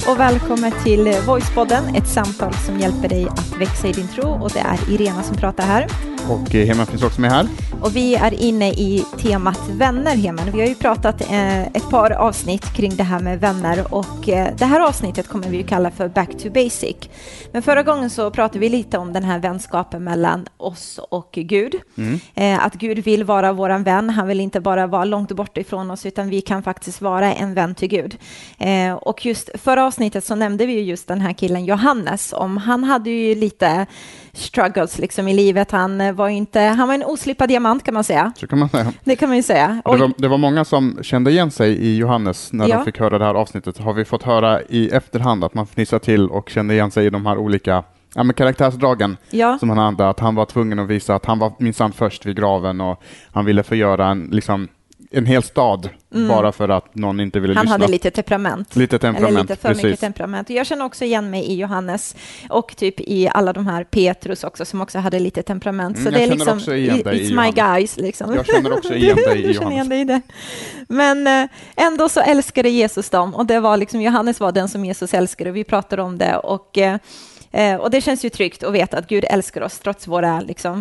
och välkommen till Voicepodden, ett samtal som hjälper dig att växa i din tro, och det är Irena som pratar här. Och Heman finns också med här. Och vi är inne i temat vänner, Heman. Vi har ju pratat ett par avsnitt kring det här med vänner, och det här avsnittet kommer vi ju kalla för Back to Basic. Men förra gången så pratade vi lite om den här vänskapen mellan oss och Gud. Att Gud vill vara våran vän. Han vill inte bara vara långt bort ifrån oss, utan vi kan faktiskt vara en vän till Gud. Och just förra avsnittet så nämnde vi ju just den här killen Johannes. Han hade ju lite struggles liksom i livet. Han var en oslipad diamant, kan man säga. Så kan man säga. Det kan man ju säga. Det var många som kände igen sig i Johannes när de fick höra det här avsnittet. Har vi fått höra i efterhand att man fnissar till och kände igen sig i de här olika karaktärsdragen som han hade. Att han var tvungen att visa att han var minsann först vid graven, och han ville förgöra en hel stad bara för att någon inte ville lyssna. Han hade lite temperament. Lite för precis. Mycket temperament. Och jag känner också igen mig i Johannes och typ i alla de här Petrus också, som också hade lite temperament. Så det är liksom, it's my guys liksom. Jag känner också igen dig i Johannes. Men ändå så älskade Jesus dem, och det var liksom, Johannes var den som Jesus älskade, och vi pratade om det, och det känns ju tryggt att veta att Gud älskar oss trots våra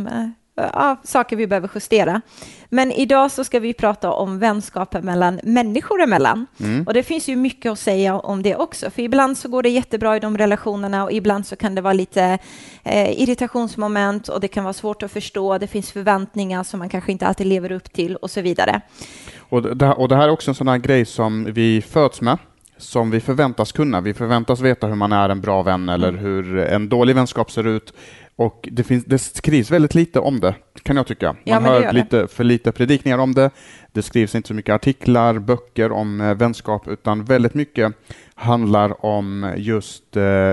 saker vi behöver justera. Men idag så ska vi prata om vänskapen mellan människor emellan. Och det finns ju mycket att säga om det också. För ibland så går det jättebra i de relationerna, och ibland så kan det vara lite irritationsmoment, och det kan vara svårt att förstå. Det finns förväntningar som man kanske inte alltid lever upp till, och så vidare. Och det här är också en sån här grej som vi föds med, som vi förväntas kunna. Vi förväntas veta hur man är en bra vän eller hur en dålig vänskap ser ut. Och det skrivs väldigt lite om det, kan jag tycka. Man hör för lite predikningar om det. Det skrivs inte så mycket artiklar, böcker om vänskap, utan väldigt mycket handlar om just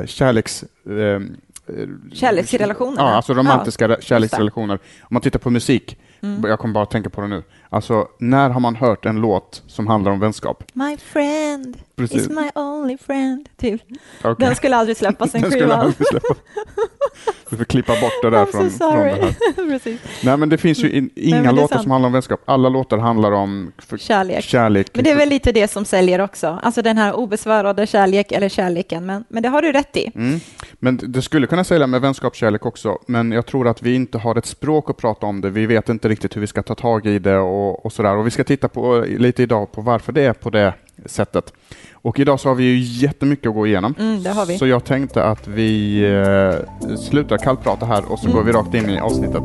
kärleksrelationer. Ja, alltså romantiska kärleksrelationer. Om man tittar på musik, jag kommer bara att tänka på det nu. Alltså, när har man hört en låt som handlar om vänskap? My friend is my only friend. Typ. Okay. Den skulle aldrig släppas, en skiva. Du får klippa bort det där från det här. Nej, men det finns ju inga låtar som handlar om vänskap. Alla låtar handlar om kärlek. Men det är väl lite det som säljer också. Alltså den här obesvarade kärleken. Men det har du rätt i. Men det skulle kunna sälja med vänskapskärlek också. Men jag tror att vi inte har ett språk att prata om det. Vi vet inte riktigt hur vi ska ta tag i det och sådär. Och vi ska titta på lite idag på varför det är på det sättet. Och idag så har vi ju jättemycket att gå igenom. Det har vi. Så jag tänkte att vi slutar kallprata här, och så går vi rakt in i avsnittet.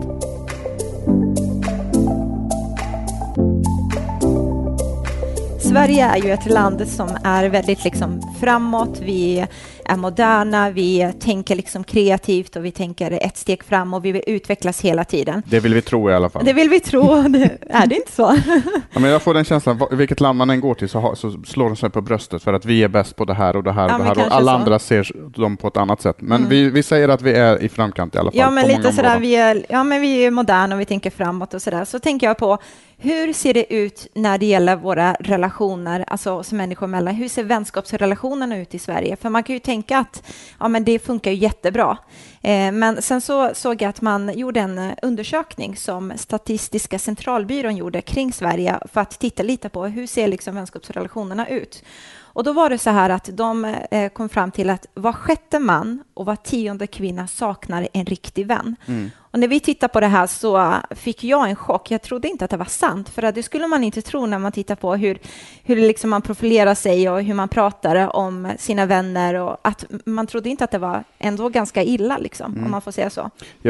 Sverige är ju ett land som är väldigt framåt. Vi är moderna, vi tänker kreativt, och vi tänker ett steg fram, och vi vill utvecklas hela tiden. Det vill vi tro i alla fall. Det vill vi tro. Är det inte så? Ja, men jag får den känslan, vilket land man än går till så slår de sig på bröstet för att vi är bäst på det här och det här och det här, och alla andra ser dem på ett annat sätt. Men vi säger att vi är i framkant i alla fall. Ja, men lite sådär, vi är moderna och vi tänker framåt och sådär. Så tänker jag på, hur ser det ut när det gäller våra relationer, alltså som människor emellan? Hur ser vänskapsrelationerna ut i Sverige? För man kan ju tänka att det funkar ju jättebra. Men sen så såg jag att man gjorde en undersökning som Statistiska centralbyrån gjorde kring Sverige för att titta lite på hur ser vänskapsrelationerna ut. Och då var det så här att de kom fram till att var sjätte man och var 10:e kvinna saknar en riktig vän. Och när vi tittar på det här så fick jag en chock. Jag trodde inte att det var sant, för det skulle man inte tro när man tittar på hur man profilerar sig och hur man pratar om sina vänner, och att man trodde inte att det var ändå ganska illa om man får säga så.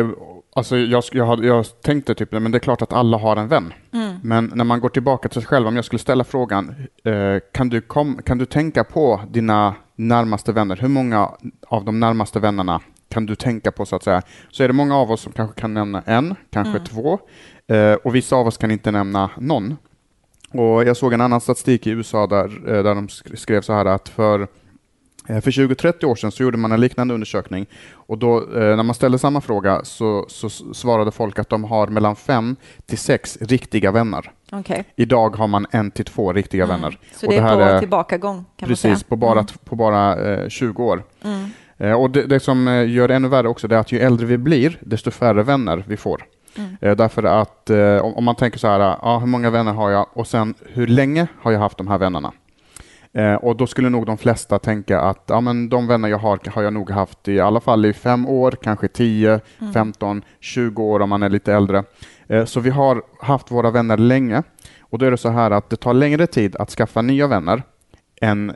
Jag tänkte men det är klart att alla har en vän. Men när man går tillbaka till sig själv, om jag skulle ställa frågan, kan du tänka på dina närmaste vänner? Hur många av de närmaste vännerna kan du tänka på, så att säga? Så är det många av oss som kanske kan nämna en, kanske två, och vissa av oss kan inte nämna någon. Och jag såg en annan statistik i USA där de skrev så här att för 20-30 år sedan så gjorde man en liknande undersökning, och då när man ställde samma fråga så svarade folk att de har mellan 5 till 6 riktiga vänner. Okay. Idag har man 1 till 2 riktiga vänner. Så det är på tillbakagång, kan man säga. Precis, på bara 20 år. Och det som gör det ännu värre också, det är att ju äldre vi blir, desto färre vänner vi får. Därför att om man tänker så här, hur många vänner har jag, och sen hur länge har jag haft de här vännerna? Och då skulle nog de flesta tänka att ja, men de vänner jag har jag nog haft i alla fall i 5 år, kanske 10, 15, 20 år om man är lite äldre. Så vi har haft våra vänner länge. Och då är det så här att det tar längre tid att skaffa nya vänner än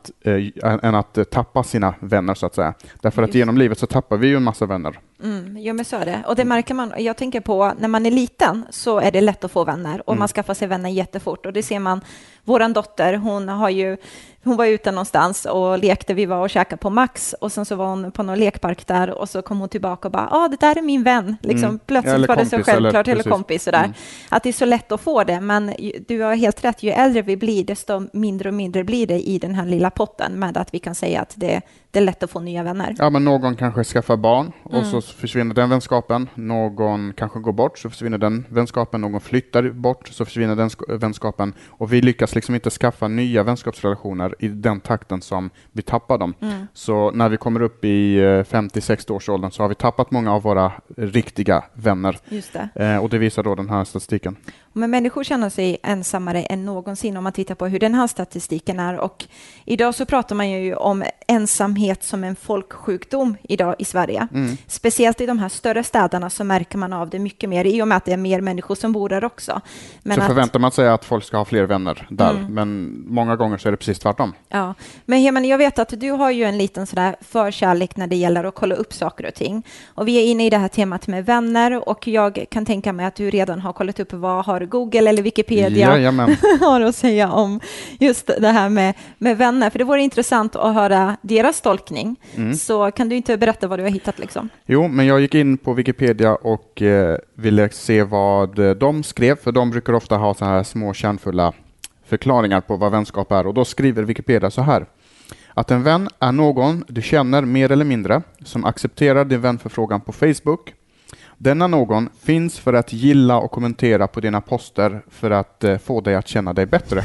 att tappa sina vänner, så att säga. Därför att genom livet så tappar vi ju en massa vänner. Ja, men så är det. Och det märker man. Jag tänker på när man är liten så är det lätt att få vänner och man skaffar sig vänner jättefort. Och det ser man, våran dotter, hon var ute någonstans och lekte, vi var och käkade på Max och sen så var hon på någon lekpark där och så kom hon tillbaka och bara, det där är min vän. Liksom, plötsligt eller var det kompis, så självklart, eller precis. kompis sådär. Att det är så lätt att få det, men du har helt rätt, ju äldre vi blir desto mindre och mindre blir det i den här lilla potten med att vi kan säga att det är lätt att få nya vänner. Ja, men någon kanske skaffar barn och så försvinner den vänskapen. Någon kanske går bort så försvinner den vänskapen. Någon flyttar bort så försvinner den vänskapen. Och vi lyckas liksom inte skaffa nya vänskapsrelationer i den takten som vi tappar dem. Så när vi kommer upp i 50-60 års åldern så har vi tappat många av våra riktiga vänner. Just det. Och det visar då den här statistiken. Men människor känner sig ensammare än någonsin om man tittar på hur den här statistiken är. Och idag så pratar man ju om ensamhet som en folksjukdom idag i Sverige. Speciellt i de här större städerna så märker man av det mycket mer i och med att det är mer människor som bor där också. Men så förväntar man sig att folk ska ha fler vänner där, men många gånger så är det precis tvärtom. Ja, men Heman, jag vet att du har ju en liten sådär förkärlek när det gäller att kolla upp saker och ting. Och vi är inne i det här temat med vänner och jag kan tänka mig att du redan har kollat upp vad har Google eller Wikipedia har att säga om just det här med vänner. För det vore intressant att höra deras tolkning. Så kan du inte berätta vad du har hittat liksom? Jo, men jag gick in på Wikipedia och ville se vad de skrev. För de brukar ofta ha så här små kärnfulla förklaringar på vad vänskap är. Och då skriver Wikipedia så här. Att en vän är någon du känner mer eller mindre som accepterar din vänförfrågan på Facebook. Denna någon finns för att gilla och kommentera på dina poster för att få dig att känna dig bättre.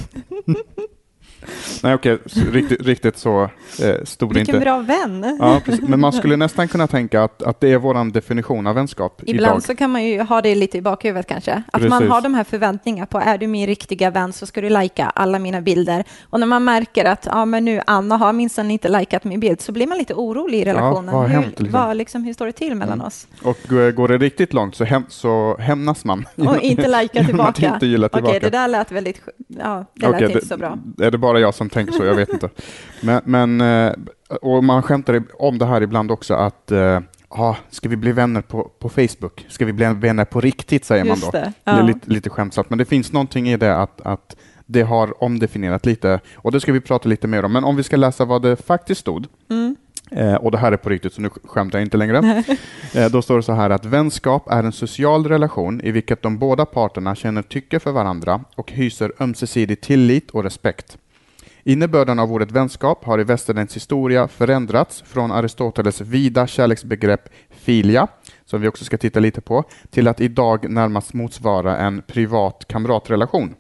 Nej, okej, riktigt så stod det inte. Vilken bra vän! Ja, precis. Men man skulle nästan kunna tänka att det är vår definition av vänskap. Ibland idag. så kan man ju ha det lite i bakhuvudet kanske. Att Precis. man har de här förväntningarna på, är du min riktiga vän så ska du lajka alla mina bilder. Och när man märker att men nu Anna har minsann inte likat min bild så blir man lite orolig i relationen. Ja, vad har hänt, liksom? Hur står det till mellan oss? Och går det riktigt långt så hämnas man. Och inte lajka tillbaka. Inte gilla tillbaka. Okej, det där lät väldigt... Ja, det lät inte så bra. Är det bara jag som tänker så? Jag vet inte. Men och man skämtar om det här ibland också att ska vi bli vänner på Facebook? Ska vi bli vänner på riktigt, säger man då. Det är lite skämtsamt. Men det finns någonting i det att det har omdefinierat lite. Och det ska vi prata lite mer om. Men om vi ska läsa vad det faktiskt stod. Och det här är på riktigt, så nu skämtar jag inte längre. Då står det så här att vänskap är en social relation i vilket de båda parterna känner tycke för varandra och hyser ömsesidig tillit och respekt. Innebörden av ordet vänskap har i västerländsk historia förändrats från Aristoteles vida kärleksbegrepp filia, som vi också ska titta lite på, till att idag närmast motsvara en privat kamratrelation.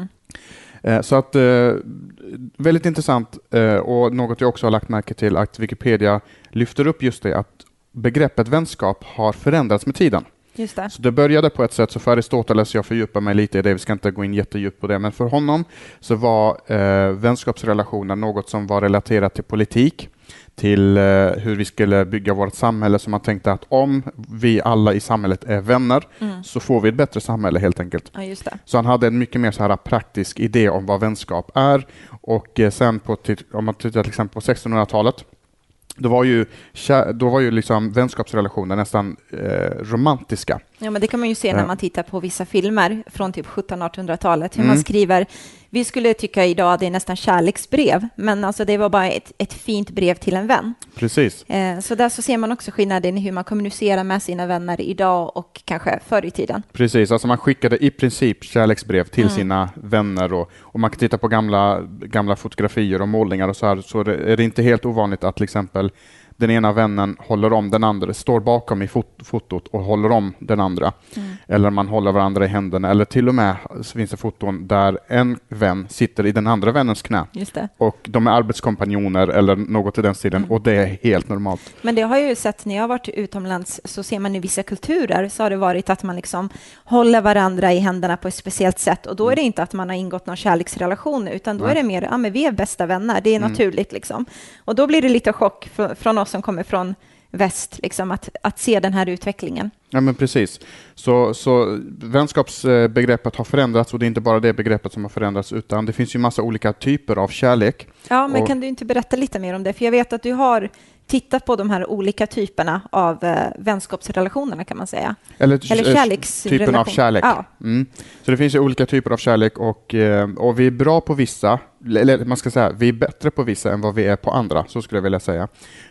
Så att väldigt intressant och något jag också har lagt märke till att Wikipedia lyfter upp just det, att begreppet vänskap har förändrats med tiden. Just det. Så det började på ett sätt, så för Aristoteles, jag fördjupar mig lite i det, vi ska inte gå in jättedjupt på det, men för honom så var vänskapsrelationer något som var relaterat till politik, till hur vi skulle bygga vårt samhälle, så man tänkte att om vi alla i samhället är vänner så får vi ett bättre samhälle helt enkelt. Ja, just det. Så han hade en mycket mer så här praktisk idé om vad vänskap är, och sen om man tittar till exempel på 1600-talet, då var ju liksom vänskapsrelationer nästan romantiska. Ja, men det kan man ju se när man tittar på vissa filmer från typ 1700-1800-talet. Hur man skriver, vi skulle tycka idag att det är nästan kärleksbrev, men alltså det var bara ett fint brev till en vän. Precis. Så där så ser man också skillnaden i hur man kommunicerar med sina vänner idag och kanske förr i tiden. Precis, alltså man skickade i princip kärleksbrev till sina vänner, och man kan titta på gamla fotografier och målningar och så här, så är det inte helt ovanligt att till exempel den ena vännen håller om den andra, står bakom i fotot och håller om den andra. Eller man håller varandra i händerna. Eller till och med så finns det foton där en vän sitter i den andra vännens knä. Just det. Och de är arbetskompanjoner eller något i den stilen. Och det är helt normalt. Men det har jag ju sett när jag har varit utomlands, så ser man i vissa kulturer så har det varit att man liksom håller varandra i händerna på ett speciellt sätt. Och då är det inte att man har ingått någon kärleksrelation, utan då är det mer, men vi är bästa vänner. Det är naturligt liksom. Och då blir det lite chock från oss som kommer från väst, liksom, att se den här utvecklingen. Ja, men precis. Så vänskapsbegreppet har förändrats, och det är inte bara det begreppet som har förändrats, utan det finns ju massa olika typer av kärlek. Ja, men kan du inte berätta lite mer om det? För jag vet att du har tittat på de här olika typerna av vänskapsrelationerna, kan man säga. Eller kärleksrelation. Typen av kärlek. Ja. Så det finns ju olika typer av kärlek, och vi är bra på vissa, eller man ska säga, vi är bättre på vissa än vad vi är på andra, så skulle jag vilja säga.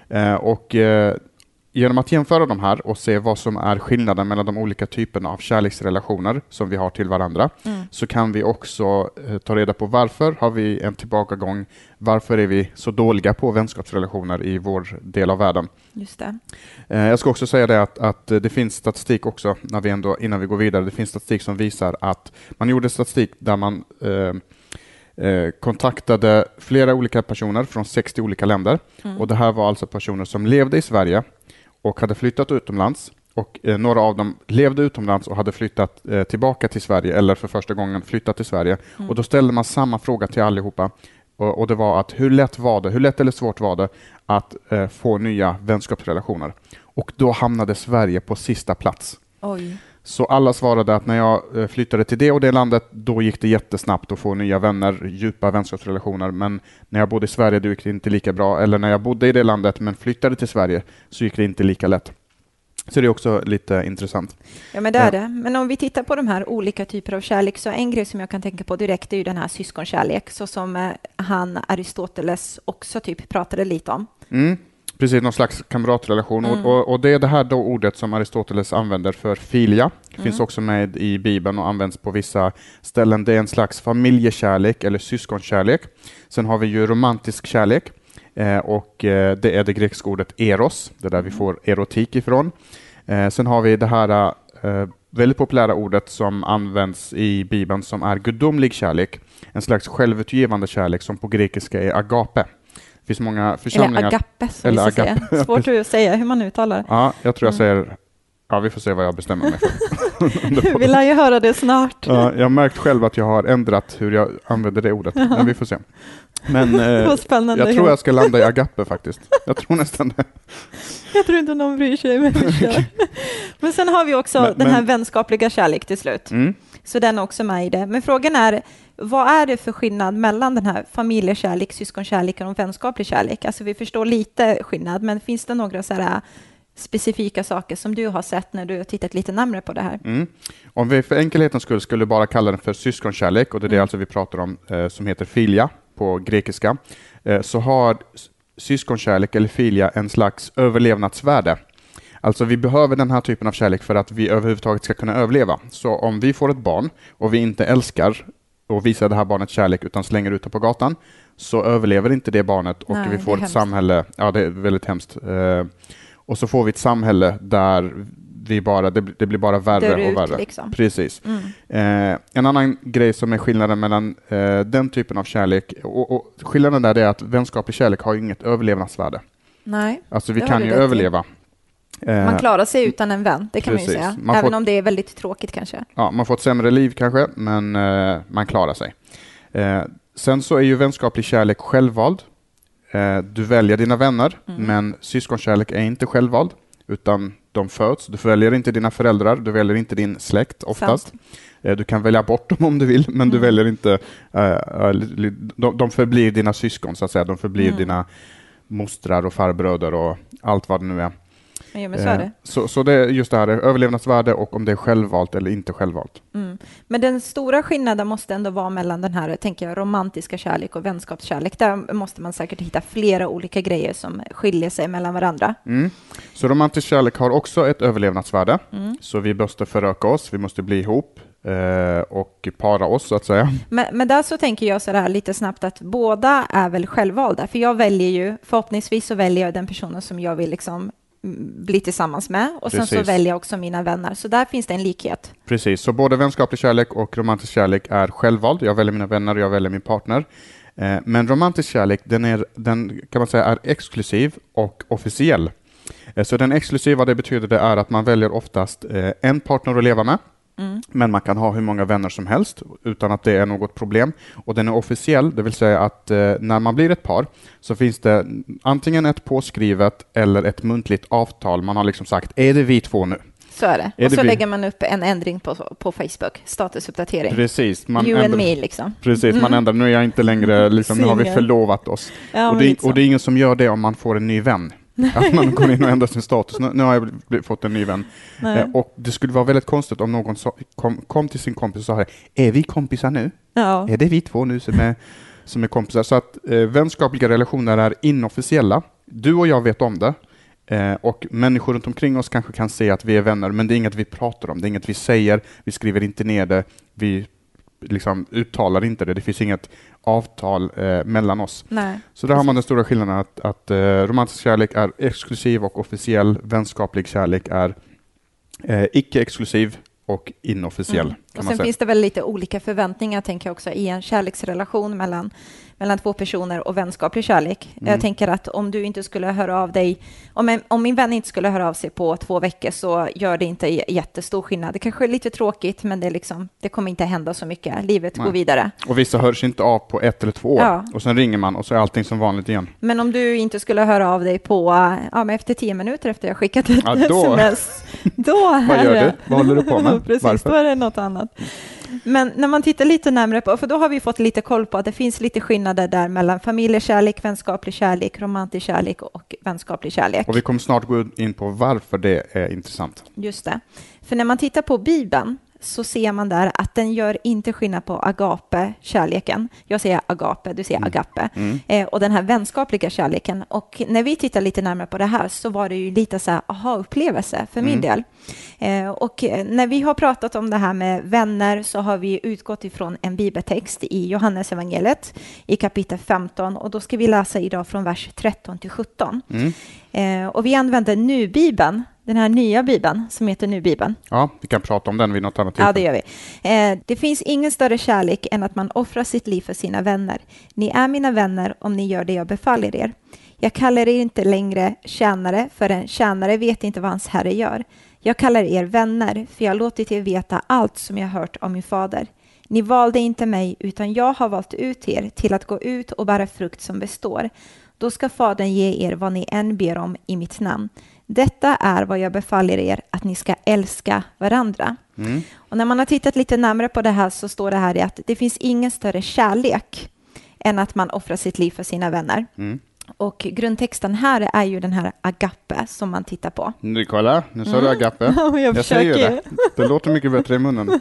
Genom att jämföra de här och se vad som är skillnaden mellan de olika typerna av kärleksrelationer som vi har till varandra, så kan vi också ta reda på varför har vi en tillbakagång, varför är vi så dåliga på vänskapsrelationer i vår del av världen. Just det. Jag ska också säga det att det finns statistik också, innan vi går vidare, det finns statistik som visar att man gjorde statistik där man kontaktade flera olika personer från 60 olika länder, och det här var alltså personer som levde i Sverige och hade flyttat utomlands, och några av dem levde utomlands och hade flyttat tillbaka till Sverige, eller för första gången flyttat till Sverige. Och då ställde man samma fråga till allihopa, och det var att hur lätt eller svårt var det att få nya vänskapsrelationer. Och då hamnade Sverige på sista plats. Oj. Så alla svarade att när jag flyttade till det och det landet, då gick det jättesnabbt att få nya vänner, djupa vänskapsrelationer. Men när jag bodde i Sverige, då gick det inte lika bra. Eller när jag bodde i det landet men flyttade till Sverige, så gick det inte lika lätt. Så det är också lite intressant. Ja, men det är det. Men om vi tittar på de här olika typer av kärlek, så en grej som jag kan tänka på direkt är ju den här syskonkärlek, så som Aristoteles också typ pratade lite om. Precis, någon slags kamratrelation. Och det är det här då ordet som Aristoteles använder för filia. Det finns också med i Bibeln och används på vissa ställen. Det är en slags familjekärlek eller syskonkärlek. Sen har vi ju romantisk kärlek. Och det är det grekiska ordet eros. Det är där vi får erotik ifrån. Sen har vi det här väldigt populära ordet som används i Bibeln, som är gudomlig kärlek. En slags självutgivande kärlek som på grekiska är agape. Det finns många församlingar. Eller agape, som vi ska säga. Svårt att säga hur man uttalar det. Ja, jag tror jag säger... Ja, vi får se vad jag bestämmer mig för. Vi lär ju höra det snart. Ja, jag har märkt själv att jag har ändrat hur jag använder det ordet. Men vi får se. Men jag tror jag ska landa i agape faktiskt. Jag tror nästan det. Jag tror inte någon bryr sig. Men sen har vi också den här vänskapliga kärlek till slut. Så den är också med i det. Men frågan är, vad är det för skillnad mellan den här familjekärlek, syskonkärleken och vänskaplig kärlek? Alltså vi förstår lite skillnad, men finns det några så här specifika saker som du har sett när du har tittat lite närmare på det här? Om vi för enkelhetens skull skulle bara kalla den för syskonkärlek, och det är det alltså vi pratar om, som heter filia på grekiska, så har syskonkärlek eller filia en slags överlevnadsvärde. Alltså vi behöver den här typen av kärlek för att vi överhuvudtaget ska kunna överleva. Så om vi får ett barn och vi inte älskar och visar det här barnet kärlek utan slänger ut det på gatan, så överlever inte det barnet, och vi får ett samhälle, det är väldigt hemskt. Och så får vi ett samhälle där det blir bara värre och värre. Liksom. Precis. En annan grej som är skillnaden mellan den typen av kärlek och skillnaden där är att vänskaplig kärlek har inget överlevnadsvärde. Nej. Alltså vi kan ju överleva. Man klarar sig utan en vän, det kan man ju säga. Även om det är väldigt tråkigt kanske. Ja, man får ett sämre liv kanske, men man klarar sig. Sen så är ju vänskaplig kärlek självvald. Du väljer dina vänner, men syskonkärlek är inte självvald, utan de föds. Du väljer inte dina föräldrar, du väljer inte din släkt oftast. Du kan välja bort dem om du vill, men du väljer inte... de förblir dina syskon, så att säga. De förblir dina mostrar och farbröder och allt vad det nu är. Ja, men så är det. Så det är just det här överlevnadsvärde och om det är självvalt eller inte självvalt. Men den stora skillnaden måste ändå vara mellan den här, tänker jag, romantiska kärlek och vänskapskärlek. Där måste man säkert hitta flera olika grejer som skiljer sig mellan varandra. Så romantisk kärlek har också ett överlevnadsvärde. Så vi måste föröka oss, vi måste bli ihop. och para oss så att säga. Men där så tänker jag så där lite snabbt att båda är väl självvalda. För jag väljer ju, förhoppningsvis så väljer jag den personen som jag vill liksom bli tillsammans med. Och sen så väljer jag också mina vänner. Så där finns det en likhet. Precis, så både vänskaplig kärlek och romantisk kärlek är självvald. Jag väljer mina vänner och jag väljer min partner. Men romantisk kärlek, den kan man säga är exklusiv och officiell. Så den exklusiva, det betyder det är att man väljer oftast en partner att leva med. Men man kan ha hur många vänner som helst utan att det är något problem. Och den är officiell, det vill säga att när man blir ett par så finns det antingen ett påskrivet eller ett muntligt avtal. Man har liksom sagt, är det vi två nu? Så är det. Och så lägger man upp en ändring på Facebook, statusuppdatering. Precis. You and me liksom. Precis, man ändrar, nu är jag inte längre, liksom, nu har vi förlovat oss. Ja, och det är ingen som gör det om man får en ny vän. Att man går in och ändrar sin status. Nu har jag fått en ny vän. Och det skulle vara väldigt konstigt om någon kom till sin kompis och sa, är vi kompisar nu? Ja. Är det vi två nu som är kompisar? Så att vänskapliga relationer är inofficiella. Du och jag vet om det. Och människor runt omkring oss kanske kan se att vi är vänner, men det är inget vi pratar om. Det är inget vi säger. Vi skriver inte ner det. Vi liksom uttalar inte det. Det finns inget avtal mellan oss. Nej. Så där har man den stora skillnaden att romantisk kärlek är exklusiv och officiell. Vänskaplig kärlek är icke-exklusiv och inofficiell. Och sen finns det väl lite olika förväntningar, tänker jag också, i en kärleksrelation mellan två personer och vänskaplig kärlek. Jag tänker att om du inte skulle höra av dig, om min vän inte skulle höra av sig på 2 veckor så gör det inte jättestor skillnad. Det kanske är lite tråkigt, men det kommer inte hända så mycket. Livet går vidare. Och vissa hörs inte av på 1 eller 2 år. Ja. Och sen ringer man och så är allting som vanligt igen. Men om du inte skulle höra av dig efter 10 minuter efter jag skickat ett sms, då vad gör du? Vad håller du på med? Precis, varför? Då är det något annat. Men när man tittar lite närmare på, för då har vi fått lite koll på att det finns lite skillnader där mellan familjekärlek, vänskaplig kärlek, romantisk kärlek och vänskaplig kärlek. Och vi kommer snart gå in på varför det är intressant. Just det. För när man tittar på Bibeln så ser man där att den gör inte skillnad på agape-kärleken. Jag säger agape, du säger agape. Och den här vänskapliga kärleken. Och när vi tittar lite närmare på det här så var det ju lite så här aha-upplevelse för min del. Och när vi har pratat om det här med vänner så har vi utgått ifrån en bibeltext i Johannes evangeliet i kapitel 15. Och då ska vi läsa idag från vers 13 till 17. Och vi använder nu-bibeln. Den här nya Bibeln som heter Nu-Bibeln. Ja, vi kan prata om den vid något annat tillfälle. Ja, det gör vi. Det finns ingen större kärlek än att man offrar sitt liv för sina vänner. Ni är mina vänner om ni gör det jag befaller er. Jag kallar er inte längre tjänare, för en tjänare vet inte vad hans herre gör. Jag kallar er vänner, för jag har låtit er veta allt som jag hört om min fader. Ni valde inte mig, utan jag har valt ut er till att gå ut och bära frukt som består. Då ska Fadern ge er vad ni än ber om i mitt namn. Detta är vad jag befaller er, att ni ska älska varandra. Och när man har tittat lite närmare på det här så står det här att det finns ingen större kärlek än att man offrar sitt liv för sina vänner. Och grundtexten här är ju den här agape som man tittar på. Kolla, nu sa du agape. Jag säger ju det. Det låter mycket bättre i munnen.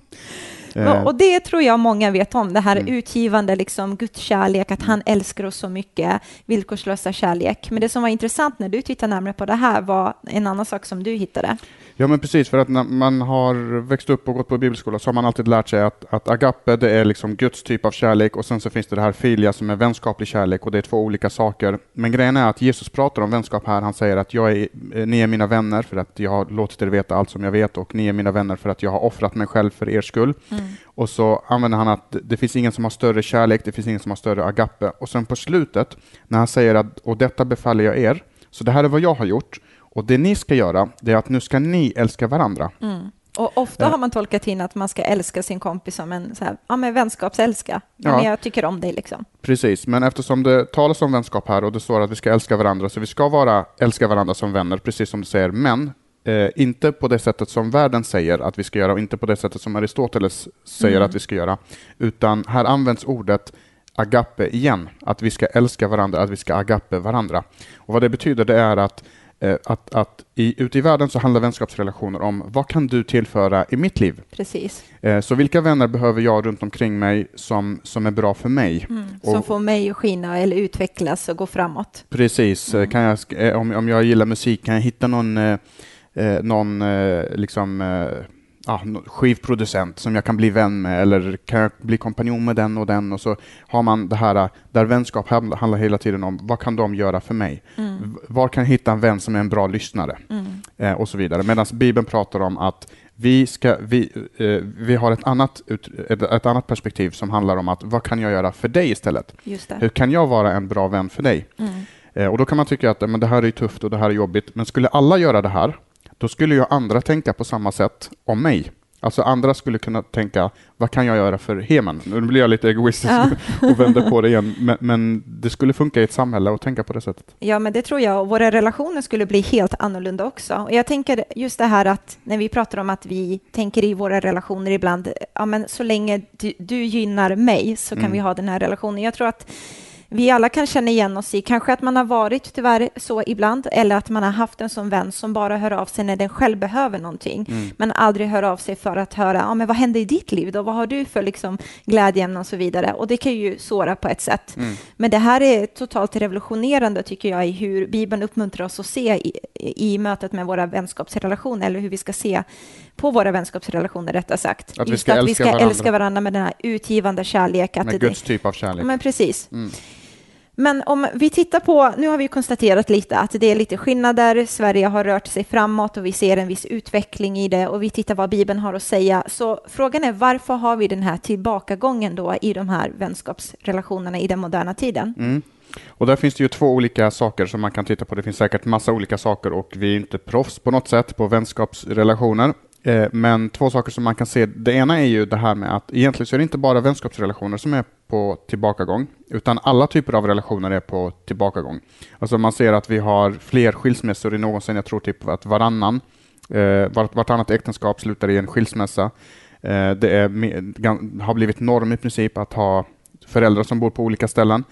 Och det tror jag många vet om, det här utgivande liksom Guds kärlek, att han älskar oss så mycket, villkorslösa kärlek. Men det som var intressant när du tittar närmare på det här var en annan sak som du hittade. Ja, men precis, för att när man har växt upp och gått på bibelskola så har man alltid lärt sig att agape, det är liksom Guds typ av kärlek, och sen så finns det här filia som är vänskaplig kärlek, och det är 2 olika saker. Men grejen är att Jesus pratar om vänskap här. Han säger att ni är mina vänner för att jag har låtit er veta allt som jag vet, och ni är mina vänner för att jag har offrat mig själv för er skull. Och så använder han att det finns ingen som har större kärlek, det finns ingen som har större agape. Och sen på slutet, när han säger att och detta befaller jag er, så det här är vad jag har gjort, och det ni ska göra, det är att nu ska ni älska varandra. Och ofta har man tolkat in att man ska älska sin kompis som en så här, men vänskapsälska. Men jag tycker om dig liksom. Precis, men eftersom det talas om vänskap här och det står att vi ska älska varandra, så vi ska älska varandra som vänner, precis som du säger, men inte på det sättet som världen säger att vi ska göra, och inte på det sättet som Aristoteles säger att vi ska göra, utan här används ordet agape igen, att vi ska älska varandra, att vi ska agape varandra. Och vad det betyder, det är att ute i världen så handlar vänskapsrelationer om vad kan du tillföra i mitt liv? Precis. Så vilka vänner behöver jag runt omkring mig som är bra för mig? Som får mig att skina eller utvecklas och gå framåt. Precis. Kan jag, om jag gillar musik, kan jag hitta någon skivproducent som jag kan bli vän med, eller kan jag bli kompanjon med den, och så har man det här där vänskap handlar hela tiden om vad kan de göra för mig? Var kan jag hitta en vän som är en bra lyssnare? Och så vidare. Medan Bibeln pratar om att vi har ett annat perspektiv som handlar om att vad kan jag göra för dig istället? Just det. Hur kan jag vara en bra vän för dig? Och då kan man tycka att men det här är tufft och det här är jobbigt, men skulle alla göra det här, då skulle ju andra tänka på samma sätt om mig. Alltså andra skulle kunna tänka, vad kan jag göra för Heman? Nu blir jag lite egoistisk och vänder på det igen. Men det skulle funka i ett samhälle att tänka på det sättet. Ja, men det tror jag. Och våra relationer skulle bli helt annorlunda också. Och jag tänker just det här att när vi pratar om att vi tänker i våra relationer ibland, ja men så länge du gynnar mig så kan vi ha den här relationen. Jag tror att vi alla kan känna igen oss i kanske att man har varit tyvärr så ibland, eller att man har haft en sån vän som bara hör av sig när den själv behöver någonting, men aldrig hör av sig för att höra, men vad händer i ditt liv då? Vad har du för liksom glädjeämnen och så vidare? Och det kan ju såra på ett sätt. Men det här är totalt revolutionerande tycker jag i hur Bibeln uppmuntrar oss att se i mötet med våra vänskapsrelationer, eller hur vi ska se på våra vänskapsrelationer rättare sagt. Att vi ska älska varandra med den här utgivande kärlek. Med Guds typ av kärlek. Men precis. Men om vi tittar på, nu har vi konstaterat lite att det är lite skillnader, Sverige har rört sig framåt och vi ser en viss utveckling i det och vi tittar vad Bibeln har att säga. Så frågan är varför har vi den här tillbakagången då i de här vänskapsrelationerna i den moderna tiden? Och där finns det ju två olika saker som man kan titta på. Det finns säkert massa olika saker och vi är inte proffs på något sätt på vänskapsrelationer. Men två saker som man kan se, det ena är ju det här med att egentligen så är det inte bara vänskapsrelationer som är på tillbakagång, utan alla typer av relationer är på tillbakagång. Alltså man ser att vi har fler skilsmässor än någonsin. Jag tror typ att vartannat äktenskap slutar i en skilsmässa. Det har blivit norm i princip att ha föräldrar som bor på olika ställen.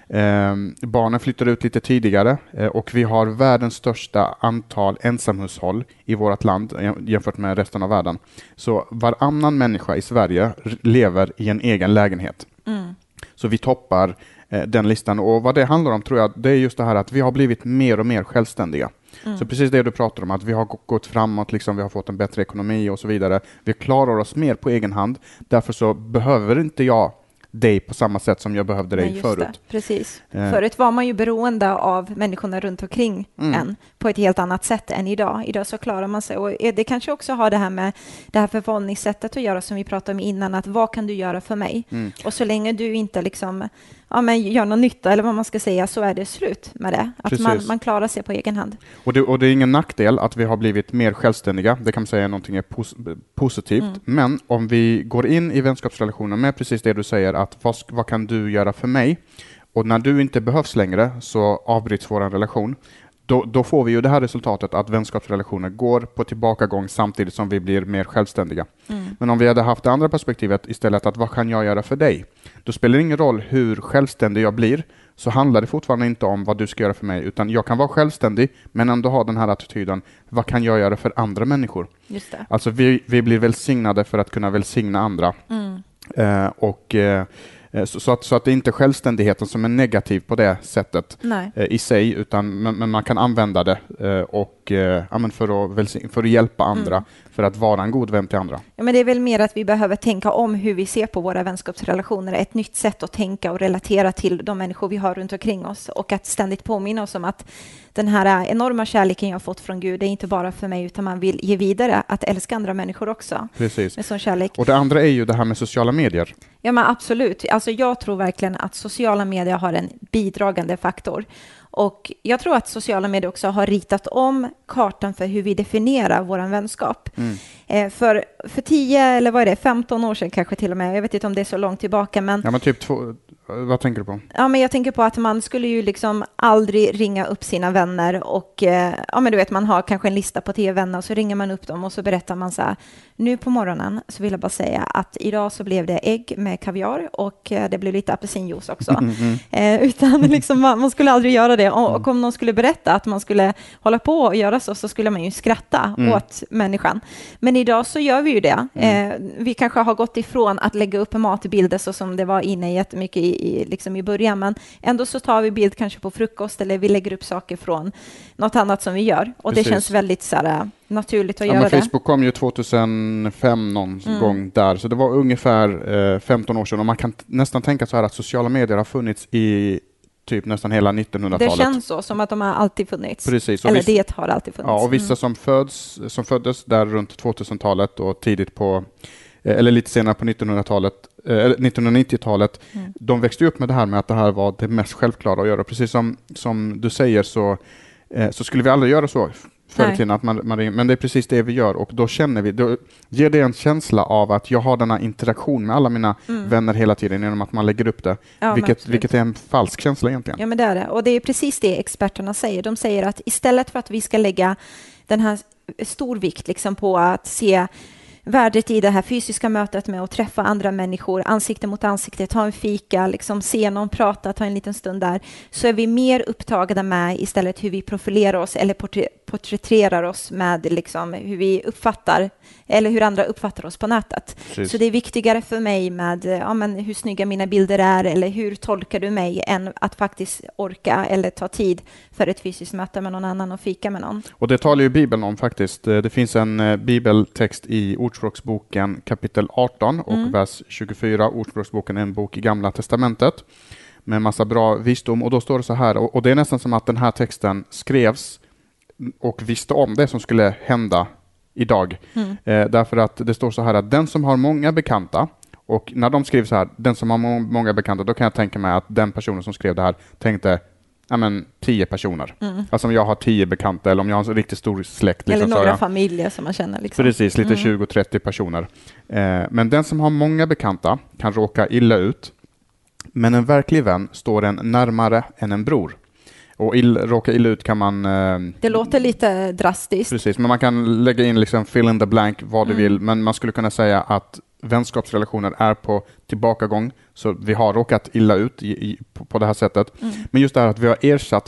Barnen flyttar ut lite tidigare och vi har världens största antal ensamhushåll i vårt land jämfört med resten av världen. Så varannan människa i Sverige lever i en egen lägenhet. Så vi toppar den listan, och vad det handlar om tror jag, det är just det här att vi har blivit mer och mer självständiga. Så precis det du pratar om, att vi har gått framåt, liksom, vi har fått en bättre ekonomi och så vidare. Vi klarar oss mer på egen hand, därför så behöver inte jag dig på samma sätt som jag behövde dig förut. Det, precis. Förut var man ju beroende av människorna runt omkring en på ett helt annat sätt än idag. Idag så klarar man sig. Och det kanske också har det här med det här förhållningssättet att göra som vi pratade om innan, att vad kan du göra för mig? Och så länge du inte liksom gör någon nytta eller vad man ska säga, så är det slut med det. Att man klarar sig på egen hand. Och det är ingen nackdel att vi har blivit mer självständiga. Det kan man säga någonting är positivt. Men om vi går in i vänskapsrelationen med precis det du säger, att vad kan du göra för mig? Och när du inte behövs längre så avbryts vår relation. Då får vi ju det här resultatet att vänskapsrelationer går på tillbakagång samtidigt som vi blir mer självständiga. Men om vi hade haft det andra perspektivet istället, att vad kan jag göra för dig? Då spelar det ingen roll hur självständig jag blir, så handlar det fortfarande inte om vad du ska göra för mig, utan jag kan vara självständig men ändå ha den här attityden, vad kan jag göra för andra människor? Just det. Alltså vi blir välsignade för att kunna välsigna andra. Så att det är inte självständigheten som är negativ på det sättet i sig, utan men man kan använda det för att hjälpa andra, för att vara en god vän till andra. Ja, men det är väl mer att vi behöver tänka om hur vi ser på våra vänskapsrelationer, ett nytt sätt att tänka och relatera till de människor vi har runt omkring oss, och att ständigt påminna oss om att den här enorma kärleken jag har fått från Gud är inte bara för mig, utan man vill ge vidare, att älska andra människor också. Precis. Med sån kärlek. Och det andra är ju det här med sociala medier. Ja, men absolut. Alltså jag tror verkligen att sociala medier har en bidragande faktor. Och jag tror att sociala medier också har ritat om kartan för hur vi definierar vår vänskap. För 10 eller 15 år sedan kanske till och med, jag vet inte om det är så långt tillbaka. Men, ja, men typ vad tänker du på? Ja, men jag tänker på att man skulle ju liksom aldrig ringa upp sina vänner och men du vet, man har kanske en lista på 10 vänner och så ringer man upp dem och så berättar man så här, nu på morgonen så vill jag bara säga att idag så blev det ägg med kaviar och det blev lite apelsinjuice också. Utan liksom man skulle aldrig göra det, och om någon skulle berätta att man skulle hålla på och göra så skulle man ju skratta åt människan. Men idag så gör vi ju det. Vi kanske har gått ifrån att lägga upp matbilder så som det var inne jättemycket liksom i början, men ändå så tar vi bild kanske på frukost eller vi lägger upp saker från något annat som vi gör. Och Precis. Det känns väldigt så här, naturligt att göra men det. Facebook kom ju 2005 någon gång där, så det var ungefär 15 år sedan. Och man kan nästan tänka så här att sociala medier har funnits i typ nästan hela 1900-talet. Det känns så, som att de har alltid funnits. Precis. Eller det har alltid funnits. Ja, och vissa som föddes där runt 2000-talet och tidigt på, eller lite senare på 1990-talet, de växte upp med det här med att det här var det mest självklara att göra. Precis som du säger så skulle vi aldrig göra så förr i tiden, att men det är precis det vi gör, och då känner vi, då ger det en känsla av att jag har den här interaktion med alla mina vänner hela tiden genom att man lägger upp det, vilket är en falsk känsla egentligen. Ja, men det är det, och det är precis det experterna säger. De säger att istället för att vi ska lägga den här stor vikt liksom på att se värdet i det här fysiska mötet med att träffa andra människor, ansikte mot ansikte, ta en fika, liksom se någon prata, ta en liten stund där, så är vi mer upptagna med istället hur vi profilerar oss eller porträtterar oss med liksom hur vi uppfattar eller hur andra uppfattar oss på nätet. Precis. Så det är viktigare för mig med hur snygga mina bilder är eller hur tolkar du mig, än att faktiskt orka eller ta tid för ett fysiskt möte med någon annan och fika med någon. Och det talar ju Bibeln om faktiskt. Det finns en bibeltext i Ordspråksboken kapitel 18 och vers 24. Ordspråksboken är en bok i Gamla testamentet med massa bra visdom, och då står det så här, och det är nästan som att den här texten skrevs och visste om det som skulle hända idag. Därför att det står så här att den som har många bekanta, och när de skriver så här, den som har många bekanta, då kan jag tänka mig att den personen som skrev det här tänkte 10 personer. Alltså om jag har 10 bekanta, eller om jag har en riktigt stor släkt. Eller liksom, några familjer som man känner. Liksom. Precis, lite 20-30 personer. Men den som har många bekanta kan råka illa ut. Men en verklig vän står en närmare än en bror. Och råka illa ut kan man... det låter lite drastiskt. Precis, men man kan lägga in liksom fill in the blank vad du vill. Men man skulle kunna säga att vänskapsrelationer är på tillbakagång. Så vi har råkat illa ut på det här sättet. Men just det här att vi har ersatt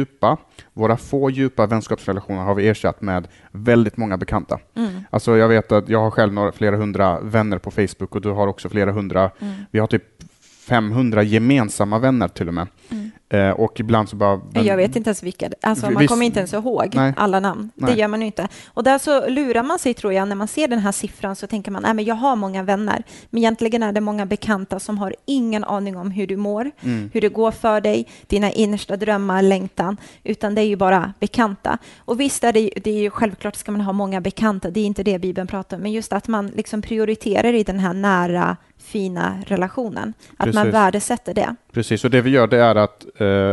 våra få djupa vänskapsrelationer har vi ersatt med väldigt många bekanta. Alltså jag vet att jag har själv flera hundra vänner på Facebook, och du har också flera hundra. Vi har typ 500 gemensamma vänner till och med. Och ibland så bara... Jag vet inte ens vilka. Alltså man kommer inte ens ihåg alla namn. Det gör man ju inte. Och där så lurar man sig, tror jag, när man ser den här siffran, så tänker man, men jag har många vänner. Men egentligen är det många bekanta som har ingen aning om hur du mår, hur det går för dig, dina innersta drömmar, längtan, utan det är ju bara bekanta. Och visst är det är ju självklart ska man ha många bekanta, det är inte det Bibeln pratar om, men just att man liksom prioriterar i den här nära, fina relationen. Att man värdesätter det. Precis, och det vi gör, det är att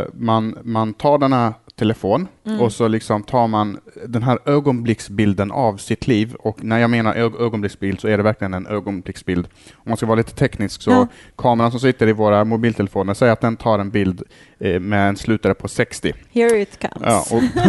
man tar den här telefon och så liksom tar man den här ögonblicksbilden av sitt liv, och när jag menar ögonblicksbild så är det verkligen en ögonblicksbild. Om man ska vara lite teknisk så kameran som sitter i våra mobiltelefoner, säger att den tar en bild med en slutare på 60. Here it comes. Ja,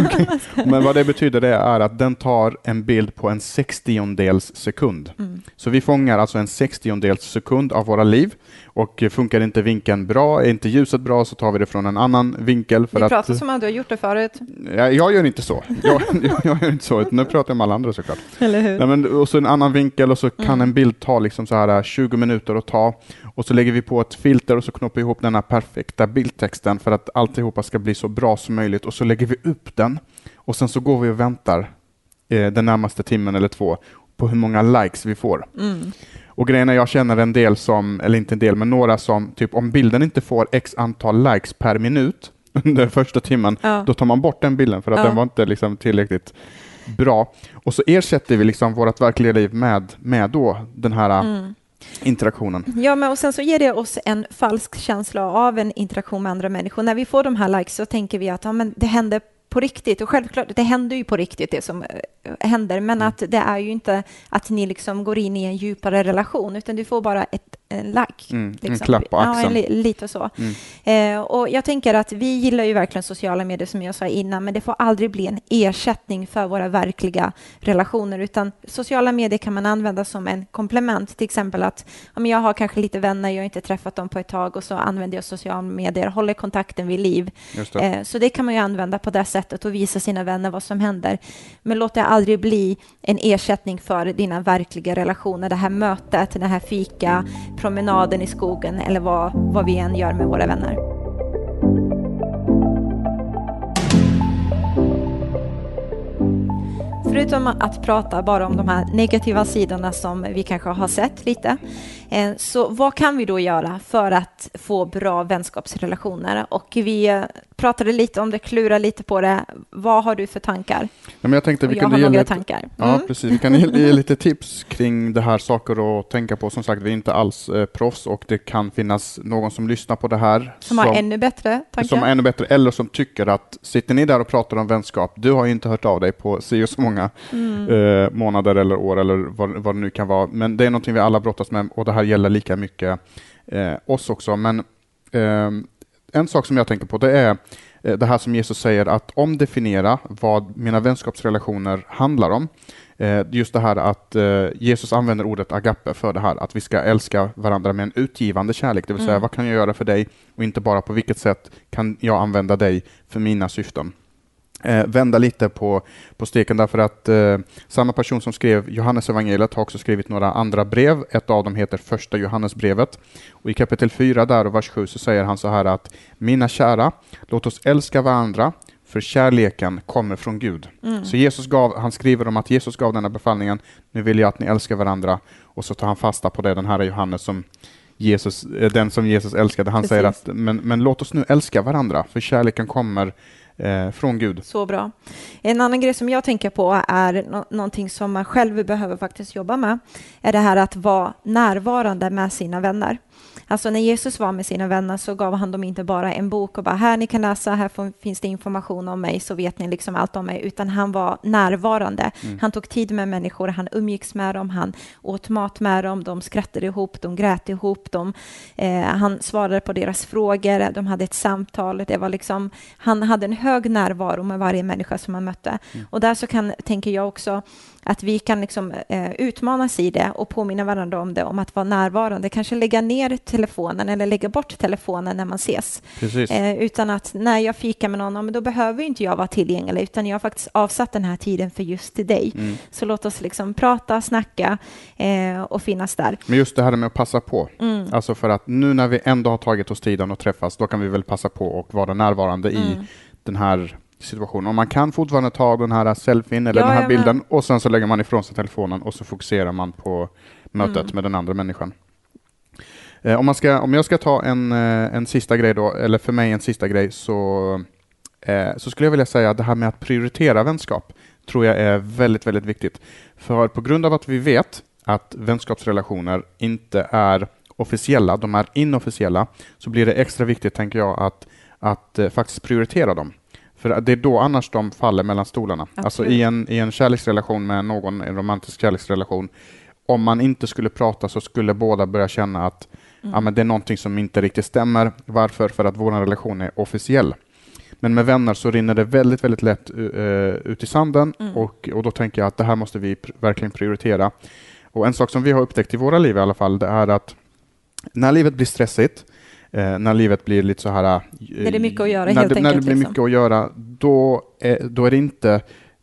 men vad det betyder det är att den tar en bild på en 60-ondels sekund. Så vi fångar alltså en 60-ondels sekund av våra liv, och funkar inte vinkeln bra, är inte ljuset bra, så tar vi det från en annan vinkel. Vi pratar som att du har gjort det förut. Jag gör inte så. Jag gör inte så. Nu pratar jag om alla andra såklart. Eller hur? Ja, men, och så en annan vinkel, och så kan en bild ta liksom så här 20 minuter att ta. Och så lägger vi på ett filter och så knoppar vi ihop den här perfekta bildtexten för att alltihopa ska bli så bra som möjligt. Och så lägger vi upp den. Och sen så går vi och väntar den närmaste timmen eller 2 på hur många likes vi får. Och grejen är, jag känner en del som, eller inte en del, men några som typ om bilden inte får x antal likes per minut under första timmen, då tar man bort den bilden för att den var inte liksom tillräckligt bra. Och så ersätter vi liksom vårt verkliga liv med då den här interaktionen. Ja, men och sen så ger det oss en falsk känsla av en interaktion med andra människor. När vi får de här likes så tänker vi att men det händer på riktigt, och självklart, det händer ju på riktigt det som händer, men att det är ju inte att ni liksom går in i en djupare relation, utan du får bara en like. Liksom. En klapp på axeln. Ja, lite så. Och jag tänker att vi gillar ju verkligen sociala medier som jag sa innan, men det får aldrig bli en ersättning för våra verkliga relationer, utan sociala medier kan man använda som en komplement. Till exempel att om jag har kanske lite vänner, jag har inte träffat dem på ett tag, och så använder jag sociala medier, håller kontakten vid liv. Så det kan man ju använda på det sättet och visa sina vänner vad som händer. Men låt det aldrig bli en ersättning för dina verkliga relationer. Det här mötet, den här fika, promenaden i skogen eller vad vi än gör med våra vänner. Förutom att prata bara om de här negativa sidorna som vi kanske har sett lite, så vad kan vi då göra för att få bra vänskapsrelationer? Och vi pratade lite om det, klurade lite på det. Vad har du för tankar? Ja, men jag tänkte vi kunde ge några tankar. Ja, precis. Vi kan ge lite tips kring det här, saker att tänka på. Som sagt, vi är inte alls proffs och det kan finnas någon som lyssnar på det här. Som har ännu bättre tankar. Som har ännu bättre, eller som tycker att sitter ni där och pratar om vänskap, du har ju inte hört av dig på så många månader eller år eller vad det nu kan vara. Men det är någonting vi alla brottas med och det här gäller lika mycket oss också. Men en sak som jag tänker på, det är det här som Jesus säger, att omdefiniera vad mina vänskapsrelationer handlar om. Just det här att Jesus använder ordet agape för det här, att vi ska älska varandra med en utgivande kärlek, det vill säga vad kan jag göra för dig och inte bara på vilket sätt kan jag använda dig för mina syften. Vända lite på steken, därför att samma person som skrev Johannes evangeliet har också skrivit några andra brev. Ett av dem heter första Johannesbrevet, och i kapitel 4 där och vers 7 så säger han så här att mina kära, låt oss älska varandra, för kärleken kommer från Gud. Så han skriver om att Jesus gav denna befallningen, nu vill jag att ni älskar varandra, och så tar han fasta på det, den här Johannes den som Jesus älskade. Han säger att men låt oss nu älska varandra, för kärleken kommer från Gud. Så bra. En annan grej som jag tänker på är någonting som man själv behöver faktiskt jobba med, är det här att vara närvarande med sina vänner. Alltså när Jesus var med sina vänner så gav han dem inte bara en bok och bara här ni kan läsa, här finns det information om mig så vet ni liksom allt om mig, utan han var närvarande. Han tog tid med människor, han umgicks med dem, han åt mat med dem, de skrattade ihop, de grät ihop, han svarade på deras frågor, de hade ett samtal, det var liksom, han hade en hög närvaro med varje människa som han mötte. Och där så tänker jag också att vi kan liksom, utmanas i det och påminna varandra om det, om att vara närvarande. Kanske lägga ner telefonen eller lägga bort telefonen när man ses. Utan att när jag fikar med någon, men då behöver inte jag vara tillgänglig, utan jag har faktiskt avsatt den här tiden för just till dig. Så låt oss liksom prata, snacka och finnas där. Men just det här med att passa på. Alltså för att nu när vi ändå har tagit oss tiden att träffas, då kan vi väl passa på och vara närvarande i den här situationen. Och man kan fortfarande ta den här selfien eller den här bilden och sen så lägger man ifrån sig telefonen och så fokuserar man på mötet med den andra människan. Om jag ska ta en sista grej då, eller för mig en sista grej, så skulle jag vilja säga att det här med att prioritera vänskap tror jag är väldigt, väldigt viktigt. För på grund av att vi vet att vänskapsrelationer inte är officiella, de är inofficiella, så blir det extra viktigt, tänker jag, att faktiskt prioritera dem. För det är då annars de faller mellan stolarna. Absolut. Alltså i en kärleksrelation med någon, en romantisk kärleksrelation, om man inte skulle prata så skulle båda börja känna att men det är någonting som inte riktigt stämmer. Varför? För att vår relation är officiell. Men med vänner så rinner det väldigt, väldigt lätt ut i sanden. Och då tänker jag att det här måste vi verkligen prioritera. Och en sak som vi har upptäckt i våra liv i alla fall, det är att när livet blir stressigt, när livet blir lite så här... När det är mycket att göra helt enkelt. När det blir mycket att göra, då är det inte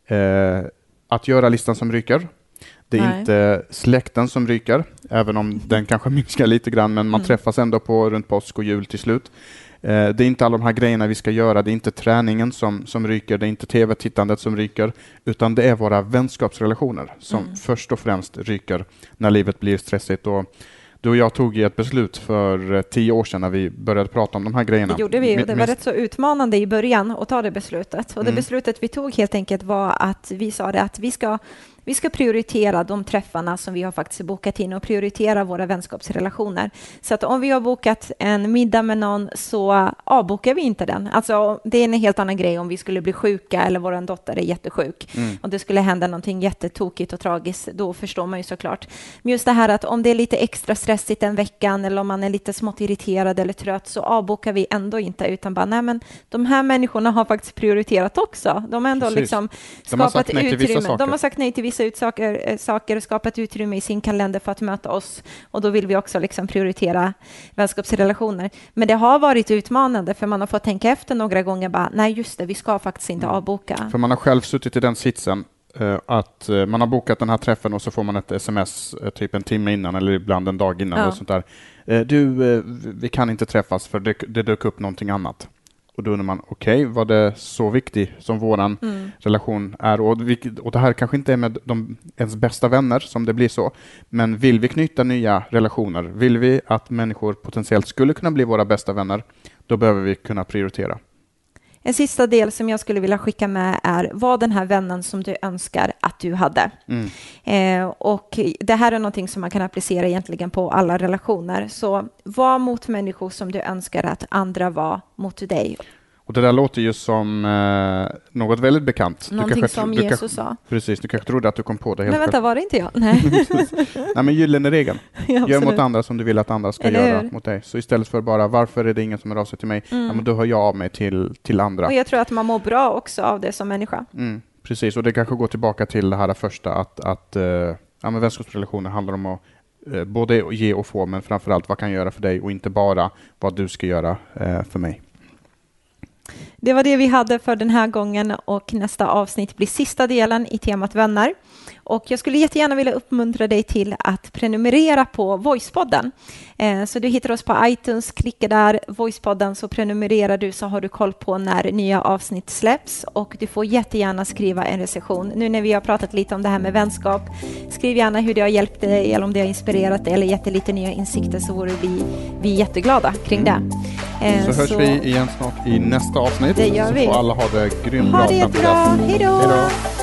att göra listan som ryker. Det är inte släkten som ryker, även om den kanske minskar lite grann, men man träffas ändå runt påsk och jul till slut. Det är inte alla de här grejerna vi ska göra, det är inte träningen som ryker, det är inte tv-tittandet som ryker, utan det är våra vänskapsrelationer som först och främst ryker när livet blir stressigt. Och du och jag tog ett beslut för 10 år sedan när vi började prata om de här grejerna. Det gjorde vi, och det var rätt så utmanande i början att ta det beslutet. Och det beslutet vi tog helt enkelt var att vi sa det att vi ska prioritera de träffarna som vi har faktiskt bokat in och prioritera våra vänskapsrelationer. Så att om vi har bokat en middag med någon så avbokar vi inte den. Alltså det är en helt annan grej om vi skulle bli sjuka eller vår dotter är jättesjuk och det skulle hända någonting jättetokigt och tragiskt, då förstår man ju såklart. Men just det här att om det är lite extra stressigt en veckan eller om man är lite smått irriterad eller trött så avbokar vi ändå inte, utan bara nej men de här människorna har faktiskt prioriterat också. De har ändå liksom skapat utrymme. De har sagt nej till vissa saker och skapat utrymme i sin kalender för att möta oss, och då vill vi också liksom prioritera vänskapsrelationer. Men det har varit utmanande för man har fått tänka efter några gånger bara, nej just det, vi ska faktiskt inte avboka. För man har själv suttit i den sitsen att man har bokat den här träffen och så får man ett sms typ en timme innan eller ibland en dag innan. Och sånt där. Vi kan inte träffas för det dök upp någonting annat. Och då undrar man, okej, var det så viktigt som våran relation är? Och det här kanske inte är med ens bästa vänner som det blir så. Men vill vi knyta nya relationer, vill vi att människor potentiellt skulle kunna bli våra bästa vänner, då behöver vi kunna prioritera. En sista del som jag skulle vilja skicka med är vad den här vännen som du önskar att du hade. Och det här är någonting som man kan applicera egentligen på alla relationer. Så var mot människor som du önskar att andra var mot dig. Och det där låter ju som något väldigt bekant. Någonting som Jesus sa. Precis, du kanske trodde att du kom på det helt. Men vänta, var det inte jag? Nej. Nej, men gyllene regeln. Ja, gör mot andra som du vill att andra ska göra mot dig. Så istället för bara, varför är det ingen som hör av sig till mig? Ja, men då hör jag av mig till andra. Och jag tror att man mår bra också av det som människa. Precis, och det kanske går tillbaka till det här första att men vänskapsrelationer handlar om att både ge och få, men framförallt vad kan jag göra för dig och inte bara vad du ska göra för mig. Det var det vi hade för den här gången och nästa avsnitt blir sista delen i temat vänner. Och jag skulle jättegärna vilja uppmuntra dig till att prenumerera på Voicepodden. Så du hittar oss på iTunes, klicka där, Voicepodden, så prenumererar du så har du koll på när nya avsnitt släpps. Och du får jättegärna skriva en recension. Nu när vi har pratat lite om det här med vänskap, skriv gärna hur det har hjälpt dig eller om det har inspirerat dig eller gett dig lite nya insikter, så vore vi jätteglada kring det. Så hörs vi igen snart i nästa avsnitt. Det gör vi. Så får alla ha det grymt bra. Ha det jättebra. Hej då!